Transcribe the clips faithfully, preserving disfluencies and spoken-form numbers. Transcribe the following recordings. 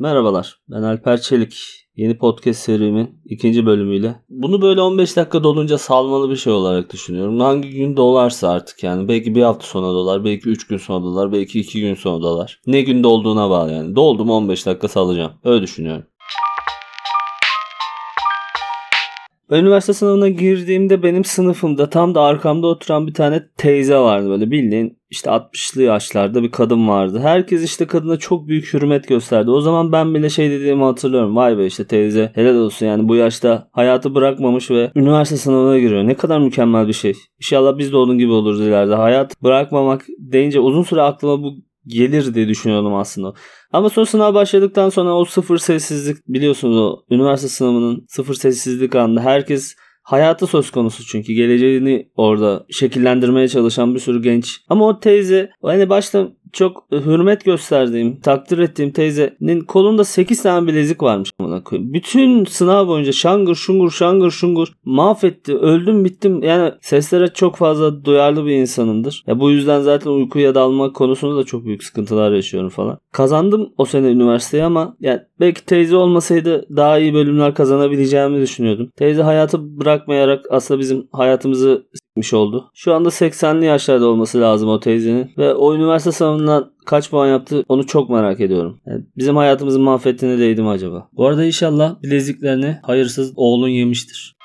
Merhabalar, ben Alper Çelik. Yeni podcast serimin ikinci bölümüyle. Bunu böyle on beş dakika dolunca salmalı bir şey olarak düşünüyorum. Hangi gün dolarsa artık yani. Belki bir hafta sonra dolar, belki üç gün sonra dolar, belki iki gün sonra dolar. Ne günde olduğuna bağlı yani. Doldu mu on beş dakika salacağım. Öyle düşünüyorum. Ben üniversite sınavına girdiğimde benim sınıfımda tam da arkamda oturan bir tane teyze vardı, böyle bildiğin işte altmışlı yaşlarda bir kadın vardı. Herkes işte kadına çok büyük hürmet gösterdi. O zaman ben bile şey dediğimi hatırlıyorum. Vay be işte teyze helal olsun yani, bu yaşta hayatı bırakmamış ve üniversite sınavına giriyor. Ne kadar mükemmel bir şey. İnşallah biz de onun gibi oluruz ileride. Hayat bırakmamak deyince uzun süre aklıma bu gelir diye düşünüyordum aslında. Ama son sınav başladıktan sonra o sıfır sessizlik, biliyorsunuz o üniversite sınavının sıfır sessizlik anında herkes hayatı söz konusu, çünkü geleceğini orada şekillendirmeye çalışan bir sürü genç. Ama o teyze, hani başta çok hürmet gösterdiğim, takdir ettiğim teyzenin kolunda sekiz tane bilezik varmış. Bütün sınav boyunca şangır şungur şangır şungur mahvetti. Öldüm bittim. Yani seslere çok fazla duyarlı bir insanımdır. Ya bu yüzden zaten uykuya dalmak konusunda da çok büyük sıkıntılar yaşıyorum falan. Kazandım o sene üniversiteyi ama yani belki teyze olmasaydı daha iyi bölümler kazanabileceğimi düşünüyordum. Teyze hayatı bırakmayarak aslında bizim hayatımızı s**miş oldu. Şu anda seksenli yaşlarda olması lazım o teyzenin. Ve o üniversite sınavından kaç puan yaptı onu çok merak ediyorum. Yani bizim hayatımızın mahvettiğine değdi mi acaba? Bu arada inşallah bileziklerini hayırsız oğlun yemiştir.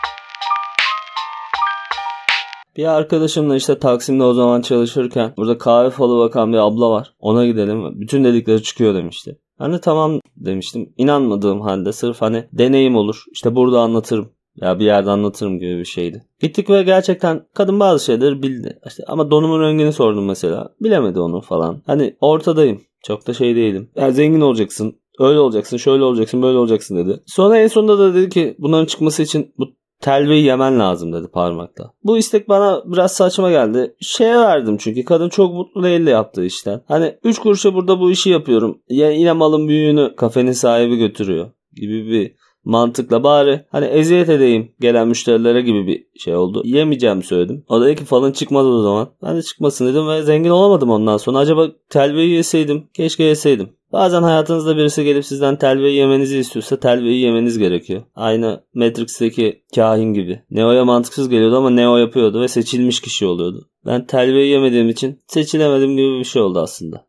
Bir arkadaşımla işte Taksim'de o zaman çalışırken burada kahve falı bakan bir abla var. Ona gidelim. Bütün dedikleri çıkıyor demişti. Ben de tamam demiştim. İnanmadığım halde sırf hani deneyim olur, İşte burada anlatırım ya bir yerde anlatırım gibi bir şeydi. Gittik ve gerçekten kadın bazı şeyleri bildi. İşte ama donumun rengini sordum mesela. Bilemedi onu falan. Hani ortadayım. Çok da şey değilim. Yani zengin olacaksın. Öyle olacaksın. Şöyle olacaksın. Böyle olacaksın dedi. Sonra en sonunda da dedi ki bunların çıkması için bu telveyi yemen lazım dedi parmakla. Bu istek bana biraz saçma geldi. Şeye verdim çünkü kadın çok mutlu değildi yaptığı işten. Hani üç kuruşa burada bu işi yapıyorum. Ya yine malın büyüğünü kafenin sahibi götürüyor gibi bir mantıkla bari hani eziyet edeyim gelen müşterilere gibi bir şey oldu. Yemeyeceğimi söyledim. O da dedi ki falan çıkmadı o zaman. Ben de çıkmasın dedim ve zengin olamadım ondan sonra. Acaba telveyi yeseydim, keşke yeseydim. Bazen hayatınızda birisi gelip sizden telveyi yemenizi istiyorsa telveyi yemeniz gerekiyor. Aynı Matrix'teki kahin gibi. Neo'ya mantıksız geliyordu ama Neo yapıyordu ve seçilmiş kişi oluyordu. Ben telveyi yemediğim için seçilemedim gibi bir şey oldu aslında.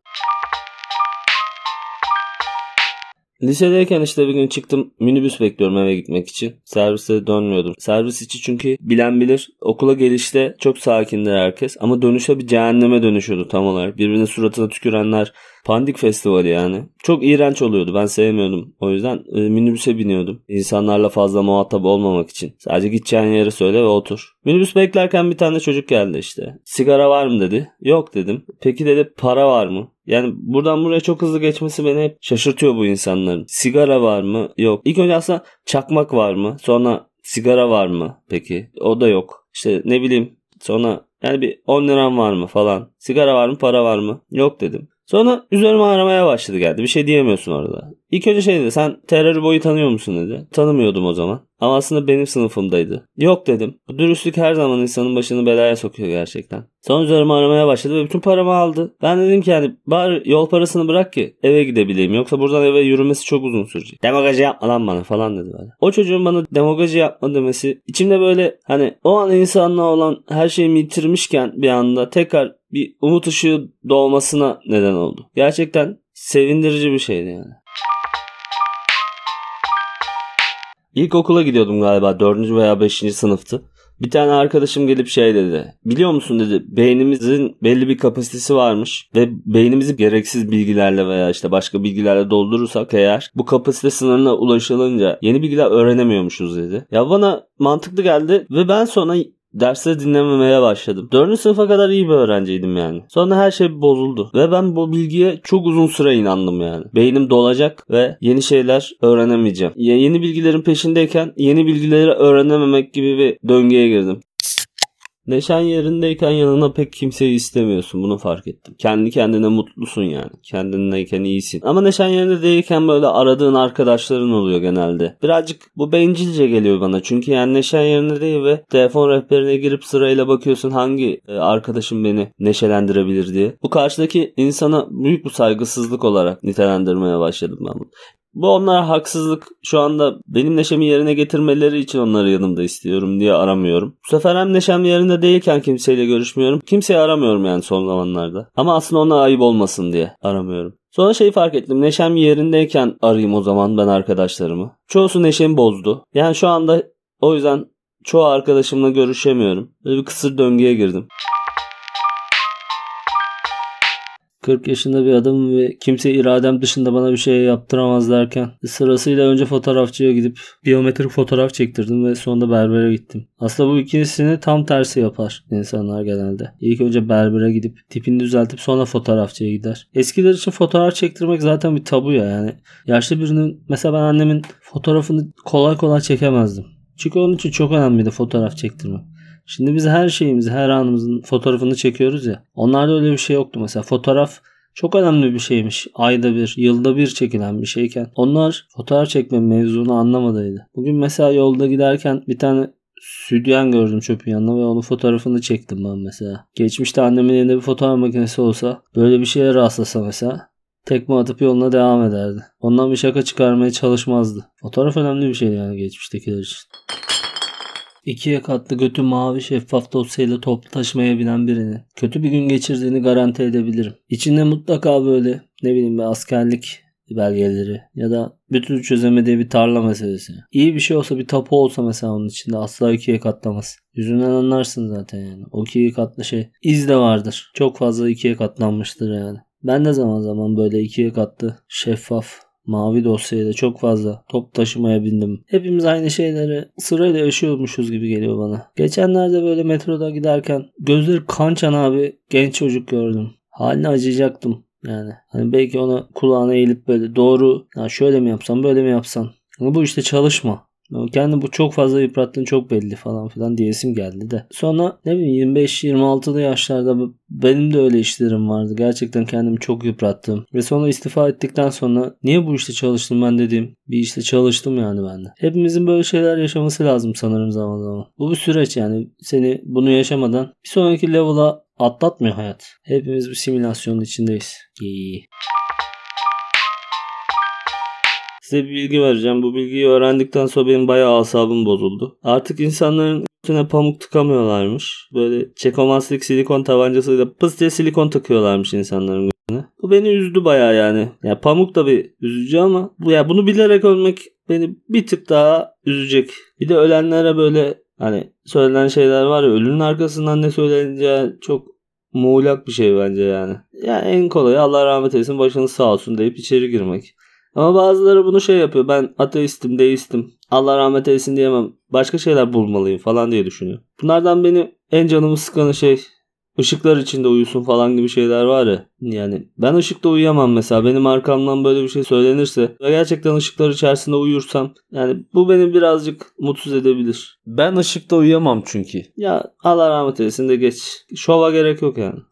Lisedeyken işte bir gün çıktım, minibüs bekliyorum eve gitmek için. Servise dönmüyordum. Servis içi çünkü bilen bilir, okula gelişte çok sakindir herkes. Ama dönüşe bir cehenneme dönüşüyordu tam olarak. Birbirinin suratına tükürenler, Pandik Festivali yani. Çok iğrenç oluyordu. Ben sevmiyordum. O yüzden e, minibüse biniyordum. İnsanlarla fazla muhatap olmamak için. Sadece gideceğin yeri söyle ve otur. Minibüs beklerken bir tane çocuk geldi işte. Sigara var mı dedi. Yok dedim. Peki dedi para var mı? Yani buradan buraya çok hızlı geçmesi beni hep şaşırtıyor bu insanların. Sigara var mı? Yok. İlk önce aslında çakmak var mı? Sonra sigara var mı? Peki. O da yok. İşte ne bileyim. Sonra yani bir on liram var mı falan. Sigara var mı? Para var mı? Yok dedim. Sonra üzerime aramaya başladı geldi. Bir şey diyemiyorsun orada. İlk önce şey dedi. Sen Terör Boy'u tanıyor musun dedi. Tanımıyordum o zaman. Ama aslında benim sınıfımdaydı. Yok dedim. Bu dürüstlük her zaman insanın başını belaya sokuyor gerçekten. Sonra üzerime aramaya başladı ve bütün paramı aldı. Ben dedim ki yani bari yol parasını bırak ki eve gidebileyim. Yoksa buradan eve yürümesi çok uzun sürecek. Demagoji yapma lan bana falan dedi böyle. O çocuğun bana demagoji yapma demesi içimde böyle hani o an insanla olan her şeyimi yitirmişken bir anda tekrar bir umut ışığı doğmasına neden oldu. Gerçekten sevindirici bir şeydi yani. İlkokula gidiyordum galiba, dördüncü veya beşinci sınıftı. Bir tane arkadaşım gelip şey dedi. Biliyor musun dedi, beynimizin belli bir kapasitesi varmış ve beynimizi gereksiz bilgilerle veya işte başka bilgilerle doldurursak eğer bu kapasite sınırına ulaşılınca yeni bilgiler öğrenemiyormuşuz dedi. Ya bana mantıklı geldi ve ben sonra dersleri dinlememeye başladım. dördüncü sınıfa kadar iyi bir öğrenciydim yani. Sonra her şey bozuldu. Ve ben bu bilgiye çok uzun süre inandım yani. Beynim dolacak ve yeni şeyler öğrenemeyeceğim. Yeni bilgilerin peşindeyken yeni bilgileri öğrenememek gibi bir döngüye girdim. Neşen yerindeyken yanına pek kimseyi istemiyorsun. Bunu fark ettim. Kendi kendine mutlusun yani. Kendinleyken iyisin. Ama neşen yerinde değilken böyle aradığın arkadaşların oluyor genelde. Birazcık bu bencilce geliyor bana. Çünkü yani neşen yerinde değil ve telefon rehberine girip sırayla bakıyorsun hangi e, arkadaşım beni neşelendirebilir diye. Bu karşıdaki insana büyük bir saygısızlık olarak nitelendirmeye başladım ben bunu. Bu onlara haksızlık. Şu anda benim neşemi yerine getirmeleri için onları yanımda istiyorum diye aramıyorum. Bu sefer hem neşem yerinde değilken kimseyle görüşmüyorum. Kimseyi aramıyorum yani son zamanlarda. Ama aslında ona ayıp olmasın diye aramıyorum. Sonra şeyi fark ettim. Neşem yerindeyken arayayım o zaman ben arkadaşlarımı. Çoğusu neşemi bozdu. Yani şu anda o yüzden çoğu arkadaşımla görüşemiyorum. Böyle bir kısır döngüye girdim. kırk yaşında bir adamım ve kimse iradem dışında bana bir şey yaptıramaz derken sırasıyla önce fotoğrafçıya gidip biyometrik fotoğraf çektirdim ve sonra berbere gittim. Aslında bu ikisini tam tersi yapar insanlar genelde. İlk önce berbere gidip tipini düzeltip sonra fotoğrafçıya gider. Eskiler için fotoğraf çektirmek zaten bir tabu ya yani. Yaşlı birinin mesela ben annemin fotoğrafını kolay kolay çekemezdim. Çünkü onun için çok önemliydi fotoğraf çektirmek. Şimdi biz her şeyimizi, her anımızın fotoğrafını çekiyoruz ya. Onlarda öyle bir şey yoktu mesela. Fotoğraf çok önemli bir şeymiş. Ayda bir, yılda bir çekilen bir şeyken. Onlar fotoğraf çekme mevzunu anlamadıydı. Bugün mesela yolda giderken bir tane sütyen gördüm çöpün yanına ve onun fotoğrafını çektim ben mesela. Geçmişte annemin elinde bir fotoğraf makinesi olsa böyle bir şeye rastlasa mesela tekme atıp yoluna devam ederdi. Ondan bir şaka çıkarmaya çalışmazdı. Fotoğraf önemli bir şey yani geçmiştekiler için. İkiye katlı götü mavi şeffaf dosyayla toplu taşımaya binen birinin kötü bir gün geçirdiğini garanti edebilirim. İçinde mutlaka böyle ne bileyim bir askerlik belgeleri ya da bir türlü çözemediği bir tarla meselesi. İyi bir şey olsa bir tapu olsa mesela onun içinde asla ikiye katlamaz. Yüzünden anlarsın zaten yani. O ikiye katlı şey iz de vardır. Çok fazla ikiye katlanmıştır yani. Ben de zaman zaman böyle ikiye katlı şeffaf mavi dosyayla çok fazla top taşımaya bindim. Hepimiz aynı şeyleri sırayla yaşıyormuşuz gibi geliyor bana. Geçenlerde böyle metroda giderken gözleri kan çanağı bir genç çocuk gördüm. Haline acıyacaktım yani. Hani belki ona kulağına eğilip böyle doğru ya şöyle mi yapsam böyle mi yapsam. Ama bu işte çalışma. Kendi bu çok fazla yıprattığın çok belli falan filan diyesim geldi de. Sonra ne bileyim yirmi beş yirmi altılı yaşlarda benim de öyle işlerim vardı. Gerçekten kendimi çok yıprattım. Ve sonra istifa ettikten sonra niye bu işte çalıştım ben dediğim bir işte çalıştım yani ben de. Hepimizin böyle şeyler yaşaması lazım sanırım zaman zaman. Bu bir süreç yani. Seni bunu yaşamadan bir sonraki level'a atlatmıyor hayat. Hepimiz bir simülasyonun içindeyiz. İyi. Size bir bilgi vereceğim. Bu bilgiyi öğrendikten sonra benim bayağı asabım bozuldu. Artık insanların üstüne pamuk tıkamıyorlarmış. Böyle çekomastik silikon tabancasıyla pıs diye silikon takıyorlarmış insanların üstüne. Bu beni üzdü bayağı yani. Ya pamuk da bir üzücü ama bu ya bunu bilerek ölmek beni bir tık daha üzecek. Bir de ölenlere böyle hani söylenen şeyler var ya ölünün arkasından ne söyleneceği çok muğlak bir şey bence yani. Yani en kolayı Allah rahmet eylesin başınız sağ olsun deyip içeri girmek. Ama bazıları bunu şey yapıyor. Ben ateistim, deistim. Allah rahmet eylesin diyemem. Başka şeyler bulmalıyım falan diye düşünüyor. Bunlardan beni en canımı sıkanı şey ışıklar içinde uyusun falan gibi şeyler var ya. Yani ben ışıkta uyuyamam mesela. Benim arkamdan böyle bir şey söylenirse ve gerçekten ışıklar içerisinde uyursam yani bu beni birazcık mutsuz edebilir. Ben ışıkta uyuyamam çünkü. Ya Allah rahmet eylesin de geç. Şova gerek yok yani.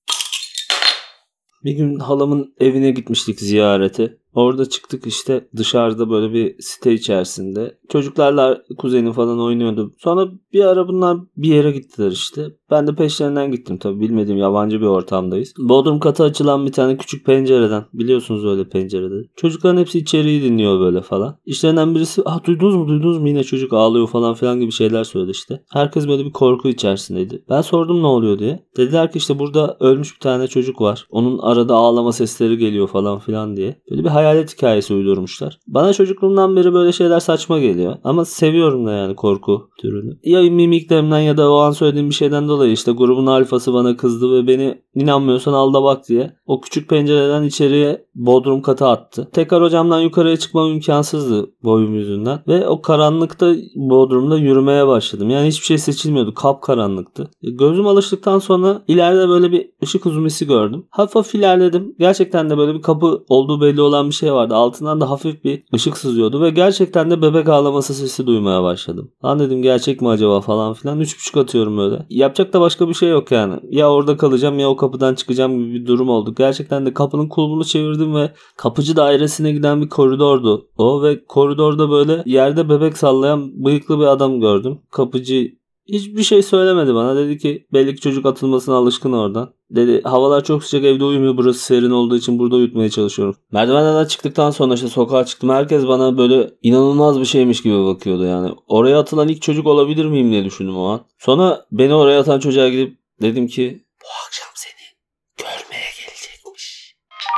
Bir gün halamın evine gitmiştik ziyarete. Orada çıktık işte dışarıda böyle bir site içerisinde. Çocuklarla kuzenim falan oynuyordu. Sonra bir ara bunlar bir yere gittiler işte. Ben de peşlerinden gittim tabii bilmediğim yabancı bir ortamdayız. Bodrum katı açılan bir tane küçük pencereden. Biliyorsunuz öyle pencerede. Çocukların hepsi içeriği dinliyor böyle falan. İşlerinden birisi ah duydunuz mu duydunuz mu yine çocuk ağlıyor falan filan gibi şeyler söyledi işte. Herkes böyle bir korku içerisindeydi. Ben sordum ne oluyor diye. Dediler ki işte burada ölmüş bir tane çocuk var. Onun arada ağlama sesleri geliyor falan filan diye. Böyle bir hayalet hikayesi uydurmuşlar. Bana çocukluğumdan beri böyle şeyler saçma geliyor. Ama seviyorum da yani korku türünü. Ya mimiklerimden ya da o an söylediğim bir şeyden dolayı işte grubun alfası bana kızdı ve beni inanmıyorsan al da bak diye o küçük pencereden içeriye bodrum kata attı. Tekrar hocamdan yukarıya çıkmam imkansızdı boyum yüzünden. Ve o karanlıkta bodrumda yürümeye başladım. Yani hiçbir şey seçilmiyordu. Kapkaranlıktı. Gözüm alıştıktan sonra ileride böyle bir ışık huzumesi gördüm. Hafif hafif ilerledim. Gerçekten de böyle bir kapı olduğu belli olan bir şey vardı. Altından da hafif bir ışık sızıyordu ve gerçekten de bebek ağlaması sesi duymaya başladım. Lan dedim gerçek mi acaba falan filan. Üç buçuk atıyorum böyle. Yapacak da başka bir şey yok yani. Ya orada kalacağım ya o kapıdan çıkacağım gibi bir durum oldu. Gerçekten de kapının kulbunu çevirdim ve kapıcı dairesine giden bir koridordu o ve koridorda böyle yerde bebek sallayan bıyıklı bir adam gördüm. Kapıcı hiçbir şey söylemedi bana. Dedi ki belli ki çocuk atılmasına alışkın oradan. Dedi havalar çok sıcak, evde uyumuyor, burası serin olduğu için burada uyutmaya çalışıyorum. Merdivenlerden çıktıktan sonra işte sokağa çıktım. Herkes bana böyle inanılmaz bir şeymiş gibi bakıyordu yani. Oraya atılan ilk çocuk olabilir miyim diye düşündüm o an. Sonra beni oraya atan çocuğa gidip dedim ki bu akşam seni görmeye gelecekmiş.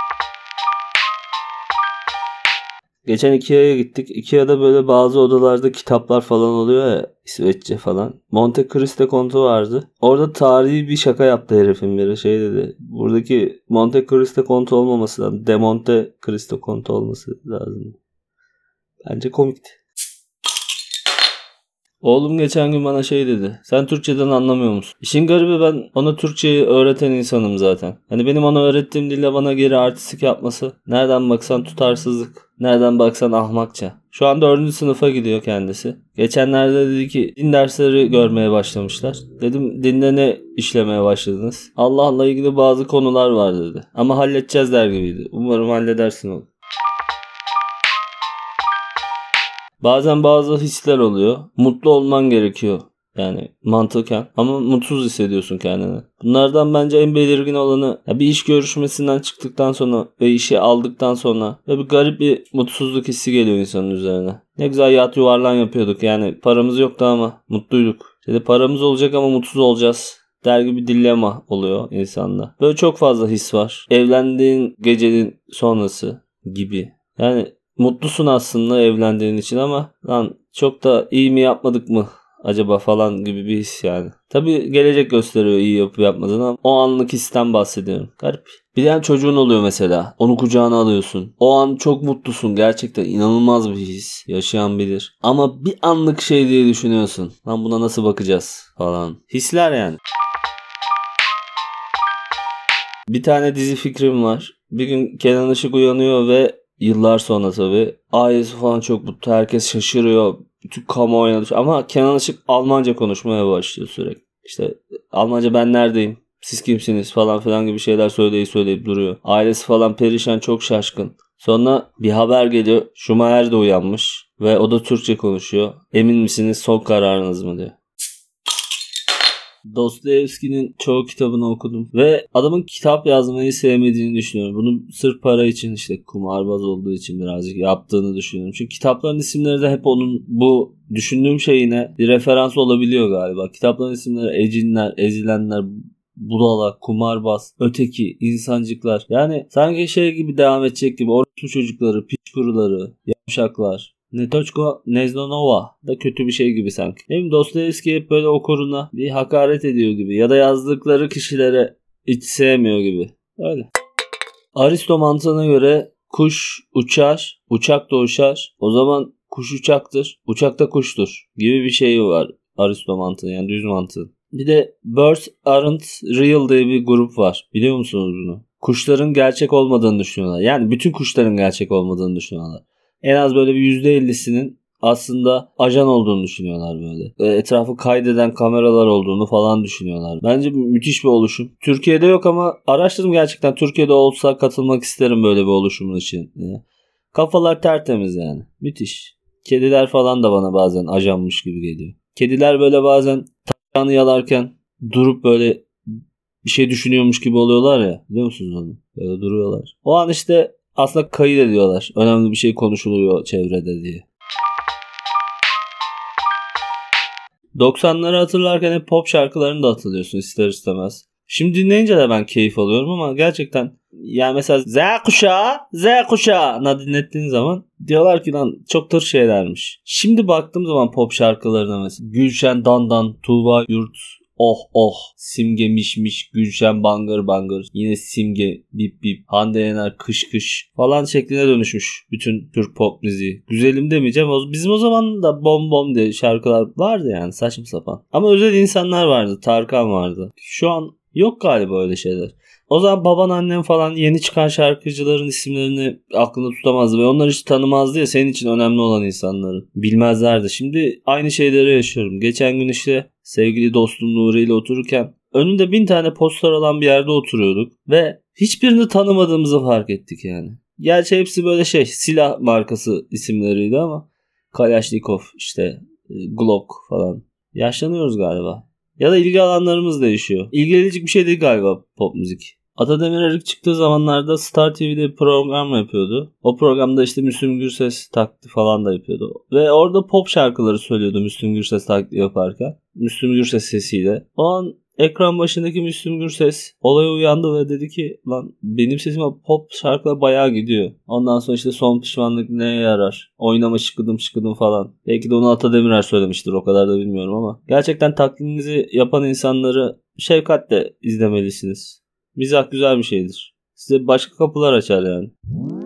Geçen Ikea'ya gittik. Ikea'da böyle bazı odalarda kitaplar falan oluyor ya, İsveççe falan. Monte Cristo kontu vardı. Orada tarihi bir şaka yaptı herifin biri. Şey dedi. Buradaki Monte Cristo kontu olmaması lazım. De Monte Cristo kontu olması lazım. Bence komikti. Oğlum geçen gün bana şey dedi. Sen Türkçeden anlamıyor musun? İşin garibi ben ona Türkçeyi öğreten insanım zaten. Hani benim ona öğrettiğim dille bana geri artistik yapması. Nereden baksan tutarsızlık. Nereden baksan ahmakça. Şu an dördüncü sınıfa gidiyor kendisi. Geçenlerde dedi ki din dersleri görmeye başlamışlar. Dedim dinde ne işlemeye başladınız? Allah'la ilgili bazı konular var dedi. Ama halledeceğiz der gibiydi. Umarım halledersin oğlum. Bazen bazı hisler oluyor. Mutlu olman gerekiyor. Yani mantıken. Ama mutsuz hissediyorsun kendini. Bunlardan bence en belirgin olanı bir iş görüşmesinden çıktıktan sonra ve işi aldıktan sonra ve bir garip bir mutsuzluk hissi geliyor insanın üzerine. Ne güzel yat yuvarlan yapıyorduk. Yani paramız yoktu ama mutluyduk. İşte paramız olacak ama mutsuz olacağız der gibi bir dilema oluyor insanda. Böyle çok fazla his var. Evlendiğin gecenin sonrası gibi. Yani mutlusun aslında evlendiğin için ama lan çok da iyi mi yapmadık mı acaba falan gibi bir his yani. Tabii gelecek gösteriyor iyi yapıp yapmadığını ama o anlık histen bahsediyorum. Garip. Bir tane çocuğun oluyor mesela. Onu kucağına alıyorsun. O an çok mutlusun. Gerçekten inanılmaz bir his. Yaşayan bilir. Ama bir anlık şey diye düşünüyorsun. Lan buna nasıl bakacağız falan. Hisler yani. Bir tane dizi fikrim var. Bir gün Kenan Işık uyanıyor ve yıllar sonra tabii ailesi falan çok mutlu. Herkes şaşırıyor. Bütün kamuoyuna düşüyor. Ama Kenan Işık Almanca konuşmaya başlıyor sürekli. İşte Almanca ben neredeyim? Siz kimsiniz falan filan gibi şeyler söyleyip söyleyip duruyor. Ailesi falan perişan, çok şaşkın. Sonra bir haber geliyor. Schumacher de uyanmış. Ve o da Türkçe konuşuyor. Emin misiniz son kararınız mı diyor. Dostoyevski'nin çoğu kitabını okudum ve adamın kitap yazmayı sevmediğini düşünüyorum. Bunu sırf para için, işte kumarbaz olduğu için birazcık yaptığını düşünüyorum. Çünkü kitapların isimleri de hep onun bu düşündüğüm şeyine bir referans olabiliyor galiba. Kitapların isimleri ecinler, ezilenler, budala, kumarbaz, öteki, insancıklar. Yani sanki şey gibi devam edecek gibi, orospu çocukları, piç kuruları, yavşaklar. Netochko Neznonova da kötü bir şey gibi sanki. Hem Dostoyevski hep böyle okuruna bir hakaret ediyor gibi ya da yazdıkları kişilere hiç sevmiyor gibi. Öyle. Aristo mantığına göre kuş uçar, uçak da uçar. O zaman kuş uçaktır, uçak da kuştur gibi bir şey var Aristo mantığı, yani düz mantığı. Bir de Birds Aren't Real diye bir grup var. Biliyor musunuz bunu? Kuşların gerçek olmadığını düşünüyorlar. Yani bütün kuşların gerçek olmadığını düşünüyorlar. En az böyle bir yüzde ellisinin aslında ajan olduğunu düşünüyorlar böyle. Etrafı kaydeden kameralar olduğunu falan düşünüyorlar. Bence müthiş bir oluşum. Türkiye'de yok ama araştırdım gerçekten. Türkiye'de olsa katılmak isterim böyle bir oluşumun için. Kafalar tertemiz yani. Müthiş. Kediler falan da bana bazen ajanmış gibi geliyor. Kediler böyle bazen taşağını yalarken durup böyle bir şey düşünüyormuş gibi oluyorlar ya. Biliyor musunuz onu? Böyle duruyorlar. O an işte aslında kayıt ediyorlar. Önemli bir şey konuşuluyor çevrede diye. doksanları hatırlarken hep pop şarkılarını da hatırlıyorsun ister istemez. Şimdi dinleyince de ben keyif alıyorum ama gerçekten yani mesela Z kuşağı, Z kuşağına dinlettiğin zaman diyorlar ki lan çok tır şeylermiş. Şimdi baktığım zaman pop şarkılarına mesela Gülşen Dandan, Tuğba Yurt, oh oh, Simge mişmiş, Gülşen bangır bangır, yine Simge bip bip, Hande Yener kış kış falan şekline dönüşmüş bütün Türk pop müziği. Güzelim demeyeceğim. Bizim o zaman da bom bom diye şarkılar vardı yani, saçma sapan. Ama özel insanlar vardı. Tarkan vardı. Şu an yok galiba öyle şeyler. O zaman baban, annem falan yeni çıkan şarkıcıların isimlerini aklında tutamazdı ve onları hiç tanımazdı ya, senin için önemli olan insanların. Bilmezlerdi. Şimdi aynı şeyleri yaşıyorum. Geçen gün işte sevgili dostum Nuri ile otururken önünde bin tane poster olan bir yerde oturuyorduk ve hiçbirini tanımadığımızı fark ettik yani. Gerçi hepsi böyle şey, silah markası isimleriydi ama Kalashnikov, işte Glock falan. Yaşlanıyoruz galiba. Ya da ilgi alanlarımız değişiyor. İlgilenecek bir şey değil galiba pop müzik. Ata Demirer çıktığı zamanlarda Star T V'de bir program yapıyordu. O programda işte Müslüm Gürses taklidi falan da yapıyordu. Ve orada pop şarkıları söylüyordu Müslüm Gürses taklidi yaparken. Müslüm Gürses sesiyle. O an ekran başındaki Müslüm Gürses olaya uyandı ve dedi ki lan benim sesime pop şarkılar bayağı gidiyor. Ondan sonra işte son pişmanlık neye yarar? Oynama şıkıdım şıkıdım falan. Belki de onu Ata Demirer söylemiştir, o kadar da bilmiyorum ama. Gerçekten taklidinizi yapan insanları şefkatle izlemelisiniz. Mizah güzel bir şeydir. Size başka kapılar açar yani.